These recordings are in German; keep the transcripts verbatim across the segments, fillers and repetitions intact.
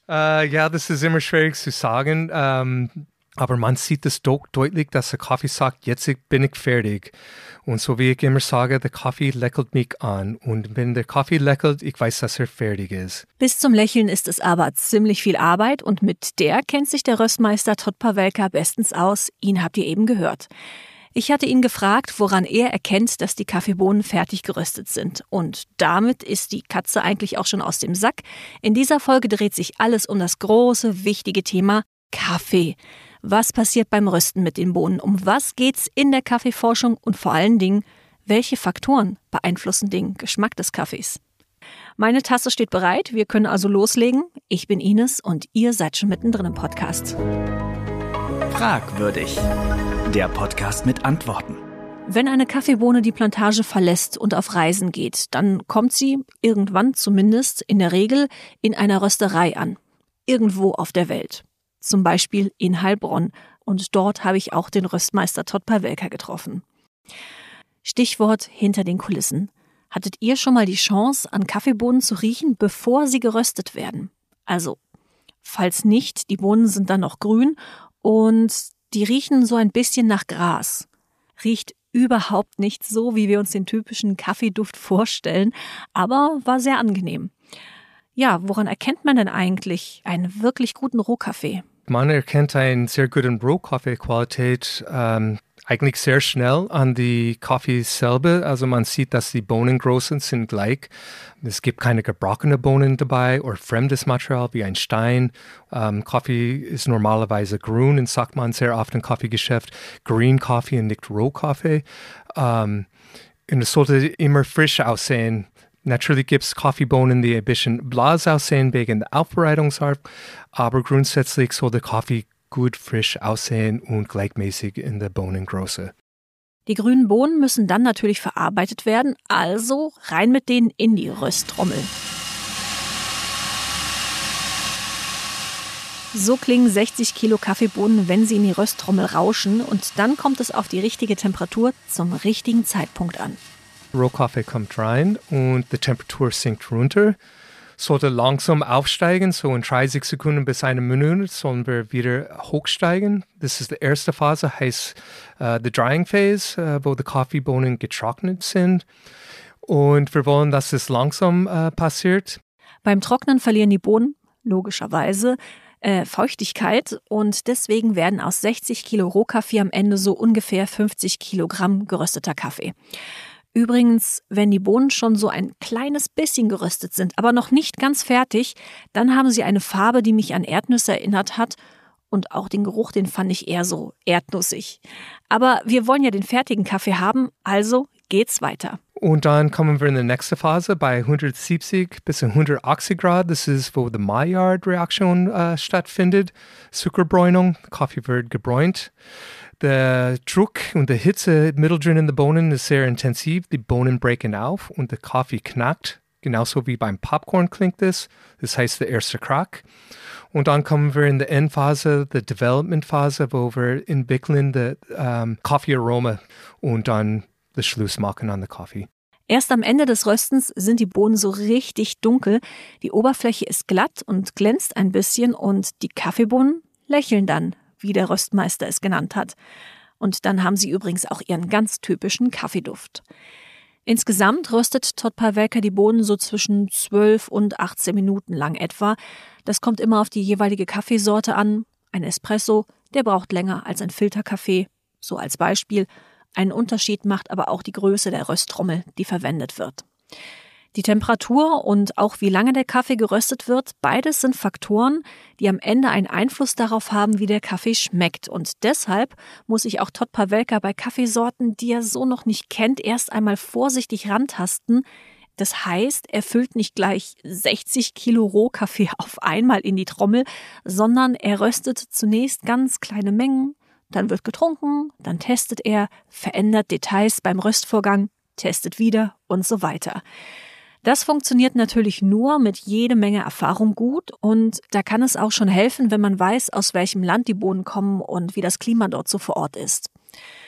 Äh, ja, das ist immer schwierig zu sagen. Ähm, aber man sieht es doch deutlich, dass der Kaffee sagt, jetzt bin ich fertig. Und so wie ich immer sage, der Kaffee lächelt mich an. Und wenn der Kaffee lächelt, ich weiß, dass er fertig ist. Bis zum Lächeln ist es aber ziemlich viel Arbeit und mit der kennt sich der Röstmeister Todd Pawelka bestens aus. Ihn habt ihr eben gehört. Ich hatte ihn gefragt, woran er erkennt, dass die Kaffeebohnen fertig geröstet sind. Und damit ist die Katze eigentlich auch schon aus dem Sack. In dieser Folge dreht sich alles um das große, wichtige Thema Kaffee. Was passiert beim Rösten mit den Bohnen? Um was geht's in der Kaffeeforschung? Und vor allen Dingen, welche Faktoren beeinflussen den Geschmack des Kaffees? Meine Tasse steht bereit, wir können also loslegen. Ich bin Ines und ihr seid schon mittendrin im Podcast. Fragwürdig. Der Podcast mit Antworten. Wenn eine Kaffeebohne die Plantage verlässt und auf Reisen geht, dann kommt sie, irgendwann zumindest, in der Regel in einer Rösterei an. Irgendwo auf der Welt. Zum Beispiel in Heilbronn. Und dort habe ich auch den Röstmeister Todd Pawelka getroffen. Stichwort hinter den Kulissen. Hattet ihr schon mal die Chance, an Kaffeebohnen zu riechen, bevor sie geröstet werden? Also, falls nicht, die Bohnen sind dann noch grün und die riechen so ein bisschen nach Gras. Riecht überhaupt nicht so, wie wir uns den typischen Kaffeeduft vorstellen, aber war sehr angenehm. Ja, woran erkennt man denn eigentlich einen wirklich guten Rohkaffee? Man erkennt eine sehr gute Rohkaffeequalität ähm, eigentlich sehr schnell an die Kaffee selber. Also man sieht, dass die Bohnengrößen sind gleich. Es gibt keine gebrochene Bohnen dabei oder fremdes Material wie ein Stein. Ähm, Kaffee ist normalerweise grün und sagt man sehr oft im Kaffeegeschäft Green Coffee und nicht Rohkaffee. Ähm, und es sollte immer frisch aussehen. Natürlich gibt es Kaffeebohnen, die ein bisschen blass aussehen wegen der Aufbereitungsart, aber grundsätzlich soll der Kaffee gut frisch aussehen und gleichmäßig in der Bohnengröße. Die grünen Bohnen müssen dann natürlich verarbeitet werden, also rein mit denen in die Rösttrommel. So klingen sechzig Kilo Kaffeebohnen, wenn sie in die Rösttrommel rauschen, und dann kommt es auf die richtige Temperatur zum richtigen Zeitpunkt an. Rohkaffee kommt rein und die Temperatur sinkt runter. Sollte langsam aufsteigen, so in dreißig Sekunden bis eine Minute sollen wir wieder hochsteigen. Das ist die erste Phase, heißt uh, the drying phase, uh, wo die Kaffeebohnen getrocknet sind. Und wir wollen, dass es langsam uh, passiert. Beim Trocknen verlieren die Bohnen, logischerweise, äh, Feuchtigkeit und deswegen werden aus sechzig Kilo Rohkaffee am Ende so ungefähr fünfzig Kilogramm gerösteter Kaffee. Übrigens, wenn die Bohnen schon so ein kleines bisschen geröstet sind, aber noch nicht ganz fertig, dann haben sie eine Farbe, die mich an Erdnüsse erinnert hat. Und auch den Geruch, den fand ich eher so erdnussig. Aber wir wollen ja den fertigen Kaffee haben, also geht's weiter. Und dann kommen wir in die nächste Phase bei hundertsiebzig bis hundertachtzig Grad. Das ist, wo die Maillard-Reaktion äh, stattfindet. Zuckerbräunung, Kaffee wird gebräunt. Der Druck und die Hitze mittendrin in den Bohnen ist sehr intensiv. Die Bohnen brechen auf und der Kaffee knackt. Genauso wie beim Popcorn klingt es. Das heißt der erste Crack. Und dann kommen wir in die Endphase, die Development-Phase, wo wir entwickeln das ähm, Kaffeearoma und dann den Schluss machen an den Kaffee. Erst am Ende des Röstens sind die Bohnen so richtig dunkel. Die Oberfläche ist glatt und glänzt ein bisschen und die Kaffeebohnen lächeln dann, wie der Röstmeister es genannt hat. Und dann haben sie übrigens auch ihren ganz typischen Kaffeeduft. Insgesamt röstet Todd Pawelka die Bohnen so zwischen zwölf und achtzehn Minuten lang etwa. Das kommt immer auf die jeweilige Kaffeesorte an. Ein Espresso, der braucht länger als ein Filterkaffee. So als Beispiel. Einen Unterschied macht aber auch die Größe der Rösttrommel, die verwendet wird. Die Temperatur und auch wie lange der Kaffee geröstet wird, beides sind Faktoren, die am Ende einen Einfluss darauf haben, wie der Kaffee schmeckt. Und deshalb muss sich auch Todd Pawelka bei Kaffeesorten, die er so noch nicht kennt, erst einmal vorsichtig rantasten. Das heißt, er füllt nicht gleich sechzig Kilo Rohkaffee auf einmal in die Trommel, sondern er röstet zunächst ganz kleine Mengen, dann wird getrunken, dann testet er, verändert Details beim Röstvorgang, testet wieder und so weiter. Das funktioniert natürlich nur mit jede Menge Erfahrung gut und da kann es auch schon helfen, wenn man weiß, aus welchem Land die Bohnen kommen und wie das Klima dort so vor Ort ist.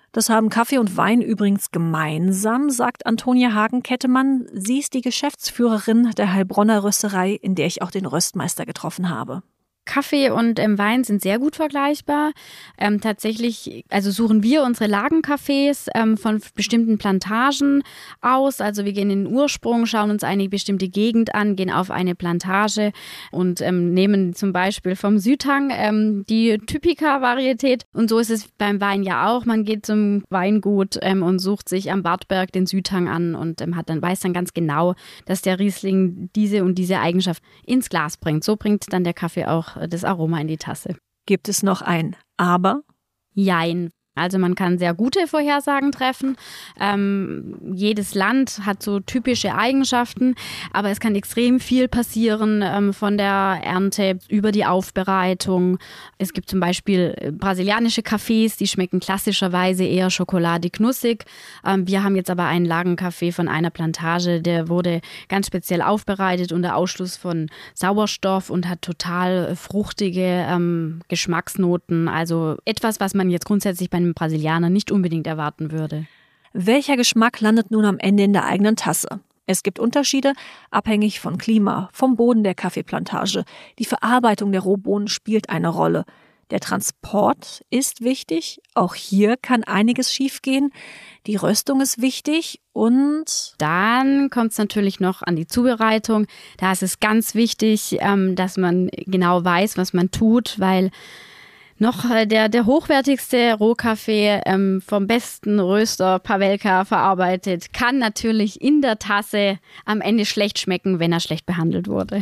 Das haben Kaffee und Wein übrigens gemeinsam, sagt Antonia Hagen-Kettemann. Sie ist die Geschäftsführerin der Heilbronner Rösterei, in der ich auch den Röstmeister getroffen habe. Kaffee und ähm, Wein sind sehr gut vergleichbar. Ähm, tatsächlich, also suchen wir unsere Lagencafés ähm, von bestimmten Plantagen aus. Also wir gehen in den Ursprung, schauen uns eine bestimmte Gegend an, gehen auf eine Plantage und ähm, nehmen zum Beispiel vom Südhang ähm, die Typica-Varietät. Und so ist es beim Wein ja auch. Man geht zum Weingut ähm, und sucht sich am Wartberg den Südhang an und ähm, hat dann, weiß dann ganz genau, dass der Riesling diese und diese Eigenschaft ins Glas bringt. So bringt dann der Kaffee auch das Aroma in die Tasse. Gibt es noch ein Aber? Jein. Also man kann sehr gute Vorhersagen treffen. Ähm, jedes Land hat so typische Eigenschaften, aber es kann extrem viel passieren ähm, von der Ernte über die Aufbereitung. Es gibt zum Beispiel brasilianische Kaffees, die schmecken klassischerweise eher schokoladig-knussig. Ähm, wir haben jetzt aber einen Lagenkaffee von einer Plantage, der wurde ganz speziell aufbereitet unter Ausschluss von Sauerstoff und hat total fruchtige ähm, Geschmacksnoten. Also etwas, was man jetzt grundsätzlich bei einem Brasilianer nicht unbedingt erwarten würde. Welcher Geschmack landet nun am Ende in der eigenen Tasse? Es gibt Unterschiede, abhängig von Klima, vom Boden der Kaffeeplantage. Die Verarbeitung der Rohbohnen spielt eine Rolle. Der Transport ist wichtig. Auch hier kann einiges schiefgehen. Die Röstung ist wichtig und dann kommt es natürlich noch an die Zubereitung. Da ist es ganz wichtig, dass man genau weiß, was man tut, weil noch der, der hochwertigste Rohkaffee ähm, vom besten Röster Pavelka verarbeitet, kann natürlich in der Tasse am Ende schlecht schmecken, wenn er schlecht behandelt wurde.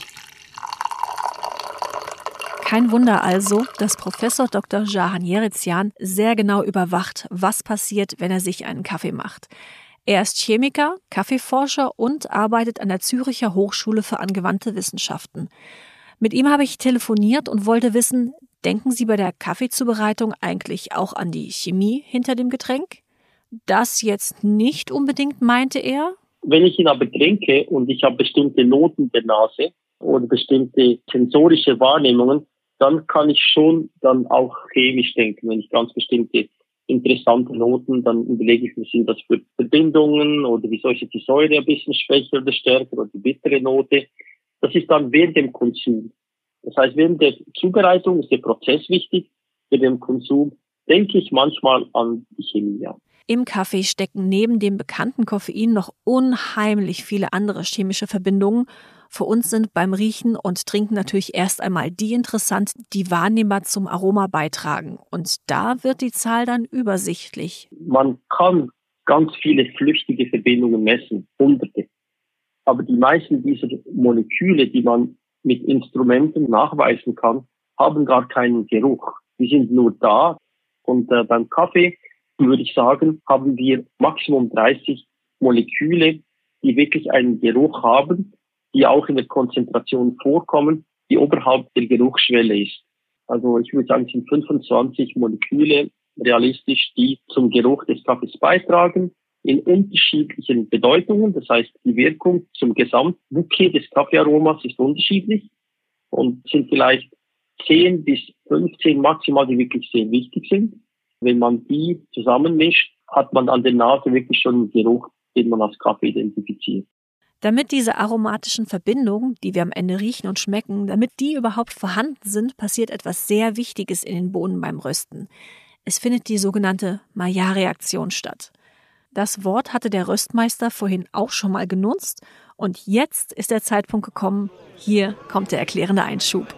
Kein Wunder also, dass Professor Doktor Jahan Yerezian sehr genau überwacht, was passiert, wenn er sich einen Kaffee macht. Er ist Chemiker, Kaffeeforscher und arbeitet an der Züricher Hochschule für angewandte Wissenschaften. Mit ihm habe ich telefoniert und wollte wissen, denken Sie bei der Kaffeezubereitung eigentlich auch an die Chemie hinter dem Getränk? Das jetzt nicht unbedingt, meinte er. Wenn ich ihn aber trinke und ich habe bestimmte Noten der Nase oder bestimmte sensorische Wahrnehmungen, dann kann ich schon dann auch chemisch denken. Wenn ich ganz bestimmte interessante Noten, dann überlege ich mir, sind das für Verbindungen oder wieso ist die Säure ein bisschen schwächer oder stärker oder die bittere Note. Das ist dann während dem Konsum. Das heißt, während der Zubereitung ist der Prozess wichtig. Für den Konsum denke ich manchmal an die Chemie. Ja. Im Kaffee stecken neben dem bekannten Koffein noch unheimlich viele andere chemische Verbindungen. Für uns sind beim Riechen und Trinken natürlich erst einmal die interessant, die wahrnehmbar zum Aroma beitragen. Und da wird die Zahl dann übersichtlich. Man kann ganz viele flüchtige Verbindungen messen, hunderte. Aber die meisten dieser Moleküle, die man mit Instrumenten nachweisen kann, haben gar keinen Geruch. Die sind nur da. Und äh, beim Kaffee, würde ich sagen, haben wir maximum dreißig Moleküle, die wirklich einen Geruch haben, die auch in der Konzentration vorkommen, die oberhalb der Geruchsschwelle ist. Also ich würde sagen, es sind fünfundzwanzig Moleküle realistisch, die zum Geruch des Kaffees beitragen, in unterschiedlichen Bedeutungen. Das heißt, die Wirkung zum Gesamtbouquet des Kaffeearomas ist unterschiedlich und sind vielleicht zehn bis fünfzehn maximal, die wirklich sehr wichtig sind. Wenn man die zusammenmischt, hat man an der Nase wirklich schon einen Geruch, den man als Kaffee identifiziert. Damit diese aromatischen Verbindungen, die wir am Ende riechen und schmecken, damit die überhaupt vorhanden sind, passiert etwas sehr Wichtiges in den Bohnen beim Rösten. Es findet die sogenannte Maillard-Reaktion statt. Das Wort hatte der Röstmeister vorhin auch schon mal genutzt und jetzt ist der Zeitpunkt gekommen. Hier kommt der erklärende Einschub.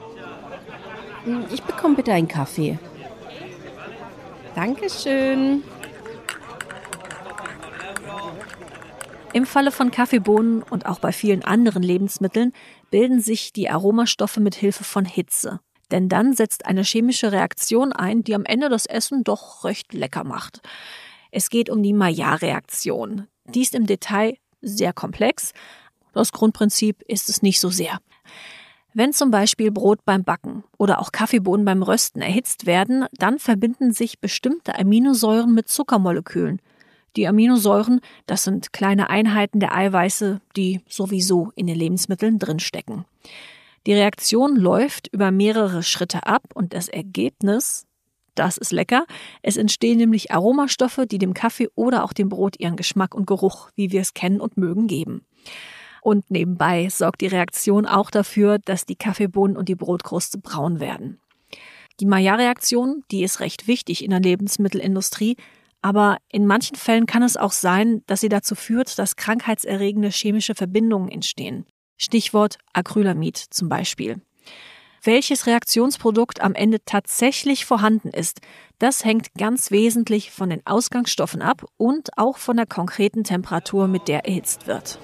Ich bekomme bitte einen Kaffee. Dankeschön. Im Falle von Kaffeebohnen und auch bei vielen anderen Lebensmitteln bilden sich die Aromastoffe mit Hilfe von Hitze. Denn dann setzt eine chemische Reaktion ein, die am Ende das Essen doch recht lecker macht. Es geht um die Maillard-Reaktion. Die ist im Detail sehr komplex. Das Grundprinzip ist es nicht so sehr. Wenn zum Beispiel Brot beim Backen oder auch Kaffeebohnen beim Rösten erhitzt werden, dann verbinden sich bestimmte Aminosäuren mit Zuckermolekülen. Die Aminosäuren, das sind kleine Einheiten der Eiweiße, die sowieso in den Lebensmitteln drinstecken. Die Reaktion läuft über mehrere Schritte ab und das Ergebnis, Das ist lecker. Es entstehen nämlich Aromastoffe, die dem Kaffee oder auch dem Brot ihren Geschmack und Geruch, wie wir es kennen und mögen, geben. Und nebenbei sorgt die Reaktion auch dafür, dass die Kaffeebohnen und die Brotkruste braun werden. Die Maillard-Reaktion, die ist recht wichtig in der Lebensmittelindustrie, aber in manchen Fällen kann es auch sein, dass sie dazu führt, dass krankheitserregende chemische Verbindungen entstehen. Stichwort Acrylamid zum Beispiel. Welches Reaktionsprodukt am Ende tatsächlich vorhanden ist, das hängt ganz wesentlich von den Ausgangsstoffen ab und auch von der konkreten Temperatur, mit der erhitzt wird.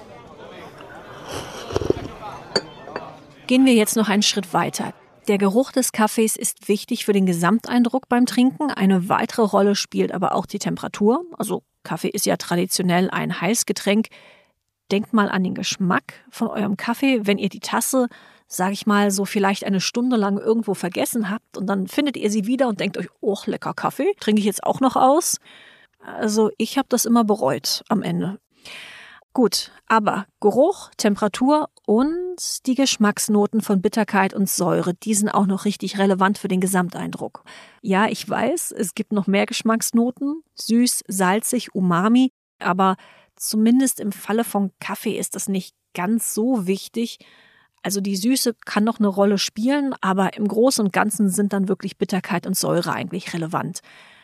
Gehen wir jetzt noch einen Schritt weiter. Der Geruch des Kaffees ist wichtig für den Gesamteindruck beim Trinken. Eine weitere Rolle spielt aber auch die Temperatur. Also Kaffee ist ja traditionell ein Heißgetränk. Denkt mal an den Geschmack von eurem Kaffee, wenn ihr die Tasse, sage ich mal, so vielleicht eine Stunde lang irgendwo vergessen habt und dann findet ihr sie wieder und denkt euch, oh, lecker Kaffee, trinke ich jetzt auch noch aus? Also ich habe das immer bereut am Ende. Gut, aber Geruch, Temperatur und die Geschmacksnoten von Bitterkeit und Säure, die sind auch noch richtig relevant für den Gesamteindruck. Ja, ich weiß, es gibt noch mehr Geschmacksnoten, süß, salzig, umami, aber zumindest im Falle von Kaffee ist das nicht ganz so wichtig. Also die Süße kann noch eine Rolle spielen, aber im Großen und Ganzen sind dann wirklich Bitterkeit und Säure eigentlich relevant.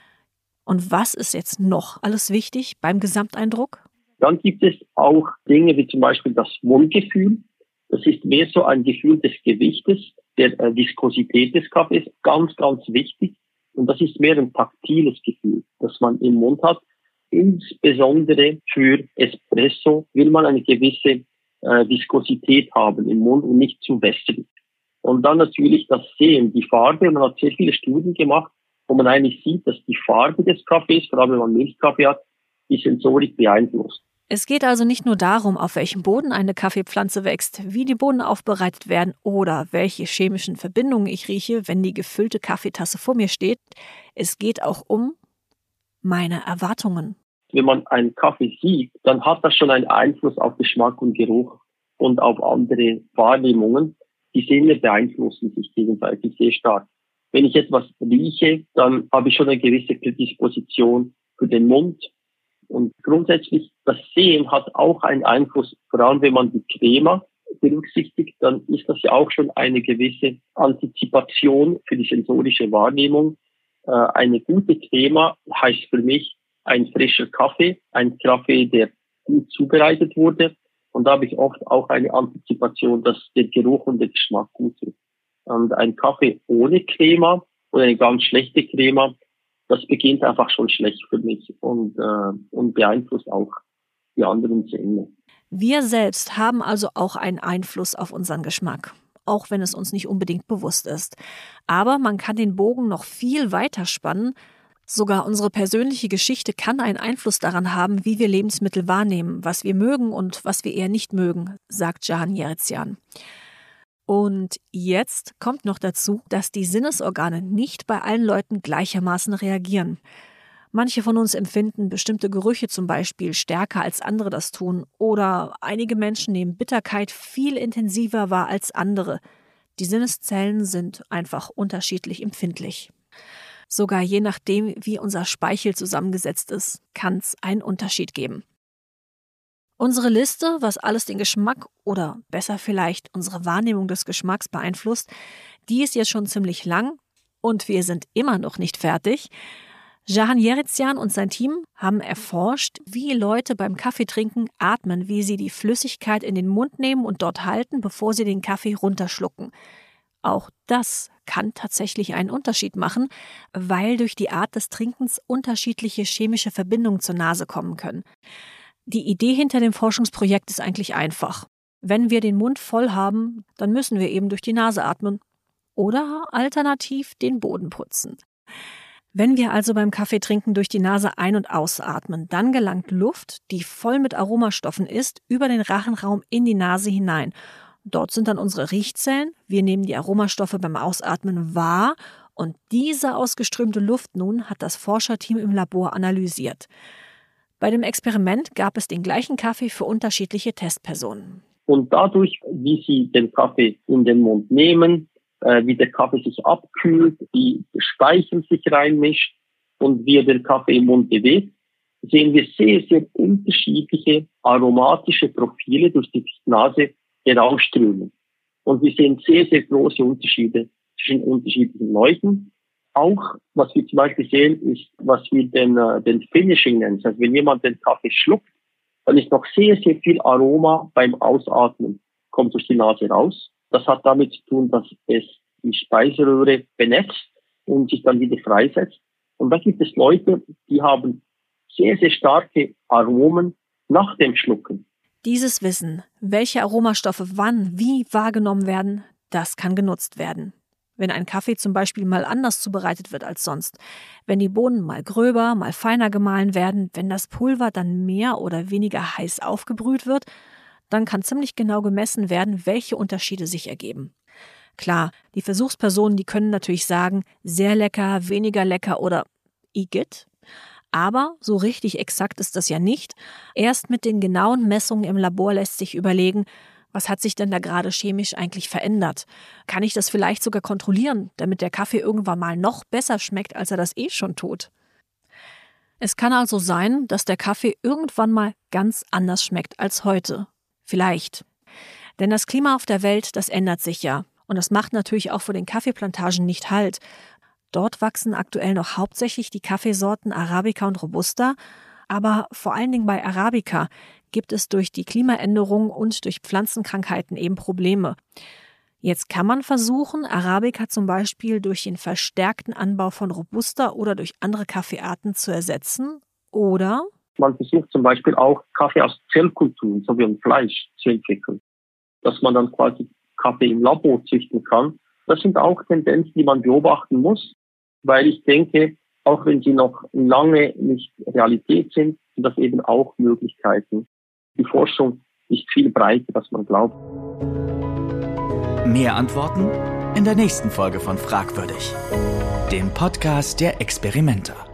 Und was ist jetzt noch alles wichtig beim Gesamteindruck? Dann gibt es auch Dinge wie zum Beispiel das Mundgefühl. Das ist mehr so ein Gefühl des Gewichtes, der äh, Viskosität des Kaffees, ganz, ganz wichtig. Und das ist mehr ein taktiles Gefühl, das man im Mund hat. Insbesondere für Espresso will man eine gewisse äh, Viskosität haben im Mund und nicht zu wässrig. Und dann natürlich das Sehen, die Farbe. Man hat sehr viele Studien gemacht, wo man eigentlich sieht, dass die Farbe des Kaffees, vor allem wenn man Milchkaffee hat, die Sensorik beeinflusst. Es geht also nicht nur darum, auf welchem Boden eine Kaffeepflanze wächst, wie die Bohnen aufbereitet werden oder welche chemischen Verbindungen ich rieche, wenn die gefüllte Kaffeetasse vor mir steht. Es geht auch um meine Erwartungen. Wenn man einen Kaffee sieht, dann hat das schon einen Einfluss auf Geschmack und Geruch und auf andere Wahrnehmungen. Die Sinne beeinflussen sich gegenseitig sehr stark. Wenn ich etwas rieche, dann habe ich schon eine gewisse Prädisposition für den Mund. Und grundsätzlich, das Sehen hat auch einen Einfluss, vor allem wenn man die Crema berücksichtigt, dann ist das ja auch schon eine gewisse Antizipation für die sensorische Wahrnehmung. Äh, eine gute Crema heißt für mich ein frischer Kaffee, ein Kaffee, der gut zubereitet wurde. Und da habe ich oft auch eine Antizipation, dass der Geruch und der Geschmack gut sind. Und ein Kaffee ohne Crema oder eine ganz schlechte Crema, das beginnt einfach schon schlecht für mich und, äh, und beeinflusst auch die anderen Sinne. Wir selbst haben also auch einen Einfluss auf unseren Geschmack, auch wenn es uns nicht unbedingt bewusst ist. Aber man kann den Bogen noch viel weiter spannen. Sogar unsere persönliche Geschichte kann einen Einfluss daran haben, wie wir Lebensmittel wahrnehmen, was wir mögen und was wir eher nicht mögen, sagt Jahan Yerezian. Und jetzt kommt noch dazu, dass die Sinnesorgane nicht bei allen Leuten gleichermaßen reagieren. Manche von uns empfinden bestimmte Gerüche zum Beispiel stärker als andere das tun oder einige Menschen nehmen Bitterkeit viel intensiver wahr als andere. Die Sinneszellen sind einfach unterschiedlich empfindlich. Sogar je nachdem, wie unser Speichel zusammengesetzt ist, kann es einen Unterschied geben. Unsere Liste, was alles den Geschmack oder besser vielleicht unsere Wahrnehmung des Geschmacks beeinflusst, die ist jetzt schon ziemlich lang und wir sind immer noch nicht fertig. Jahan Yerezian und sein Team haben erforscht, wie Leute beim Kaffeetrinken atmen, wie sie die Flüssigkeit in den Mund nehmen und dort halten, bevor sie den Kaffee runterschlucken. Auch das kann tatsächlich einen Unterschied machen, weil durch die Art des Trinkens unterschiedliche chemische Verbindungen zur Nase kommen können. Die Idee hinter dem Forschungsprojekt ist eigentlich einfach. Wenn wir den Mund voll haben, dann müssen wir eben durch die Nase atmen oder alternativ den Boden putzen. Wenn wir also beim Kaffeetrinken durch die Nase ein- und ausatmen, dann gelangt Luft, die voll mit Aromastoffen ist, über den Rachenraum in die Nase hinein. Dort sind dann unsere Riechzellen. Wir nehmen die Aromastoffe beim Ausatmen wahr und diese ausgeströmte Luft nun hat das Forscherteam im Labor analysiert. Bei dem Experiment gab es den gleichen Kaffee für unterschiedliche Testpersonen. Und dadurch, wie sie den Kaffee in den Mund nehmen, äh, wie der Kaffee sich abkühlt, wie der Speichel sich reinmischt und wie er den Kaffee im Mund bewegt, sehen wir sehr, sehr unterschiedliche aromatische Profile durch die Nase herausströmen. Und wir sehen sehr, sehr große Unterschiede zwischen unterschiedlichen Leuten. Auch, was wir zum Beispiel sehen, ist, was wir den, äh, den Finishing nennen. Also wenn jemand den Kaffee schluckt, dann ist noch sehr, sehr viel Aroma beim Ausatmen, kommt durch die Nase raus. Das hat damit zu tun, dass es die Speiseröhre benetzt und sich dann wieder freisetzt. Und da gibt es Leute, die haben sehr, sehr starke Aromen nach dem Schlucken. Dieses Wissen, welche Aromastoffe wann, wie wahrgenommen werden, das kann genutzt werden. Wenn ein Kaffee zum Beispiel mal anders zubereitet wird als sonst, wenn die Bohnen mal gröber, mal feiner gemahlen werden, wenn das Pulver dann mehr oder weniger heiß aufgebrüht wird, dann kann ziemlich genau gemessen werden, welche Unterschiede sich ergeben. Klar, die Versuchspersonen, die können natürlich sagen, sehr lecker, weniger lecker oder igitt. Aber so richtig exakt ist das ja nicht. Erst mit den genauen Messungen im Labor lässt sich überlegen, was hat sich denn da gerade chemisch eigentlich verändert? Kann ich das vielleicht sogar kontrollieren, damit der Kaffee irgendwann mal noch besser schmeckt, als er das eh schon tut? Es kann also sein, dass der Kaffee irgendwann mal ganz anders schmeckt als heute. Vielleicht. Denn das Klima auf der Welt, das ändert sich ja. Und das macht natürlich auch vor den Kaffeeplantagen nicht Halt. Dort wachsen aktuell noch hauptsächlich die Kaffeesorten Arabica und Robusta, aber vor allen Dingen bei Arabica gibt es durch die Klimaänderung und durch Pflanzenkrankheiten eben Probleme. Jetzt kann man versuchen, Arabica zum Beispiel durch den verstärkten Anbau von Robusta oder durch andere Kaffeearten zu ersetzen. Oder man versucht zum Beispiel auch Kaffee aus Zellkulturen, so wie ein Fleisch, zu entwickeln. Dass man dann quasi Kaffee im Labor züchten kann. Das sind auch Tendenzen, die man beobachten muss, weil ich denke, auch wenn sie noch lange nicht Realität sind, sind das eben auch Möglichkeiten. Die Forschung ist viel breiter, als man glaubt. Mehr Antworten in der nächsten Folge von Fragwürdig, dem Podcast der Experimenter.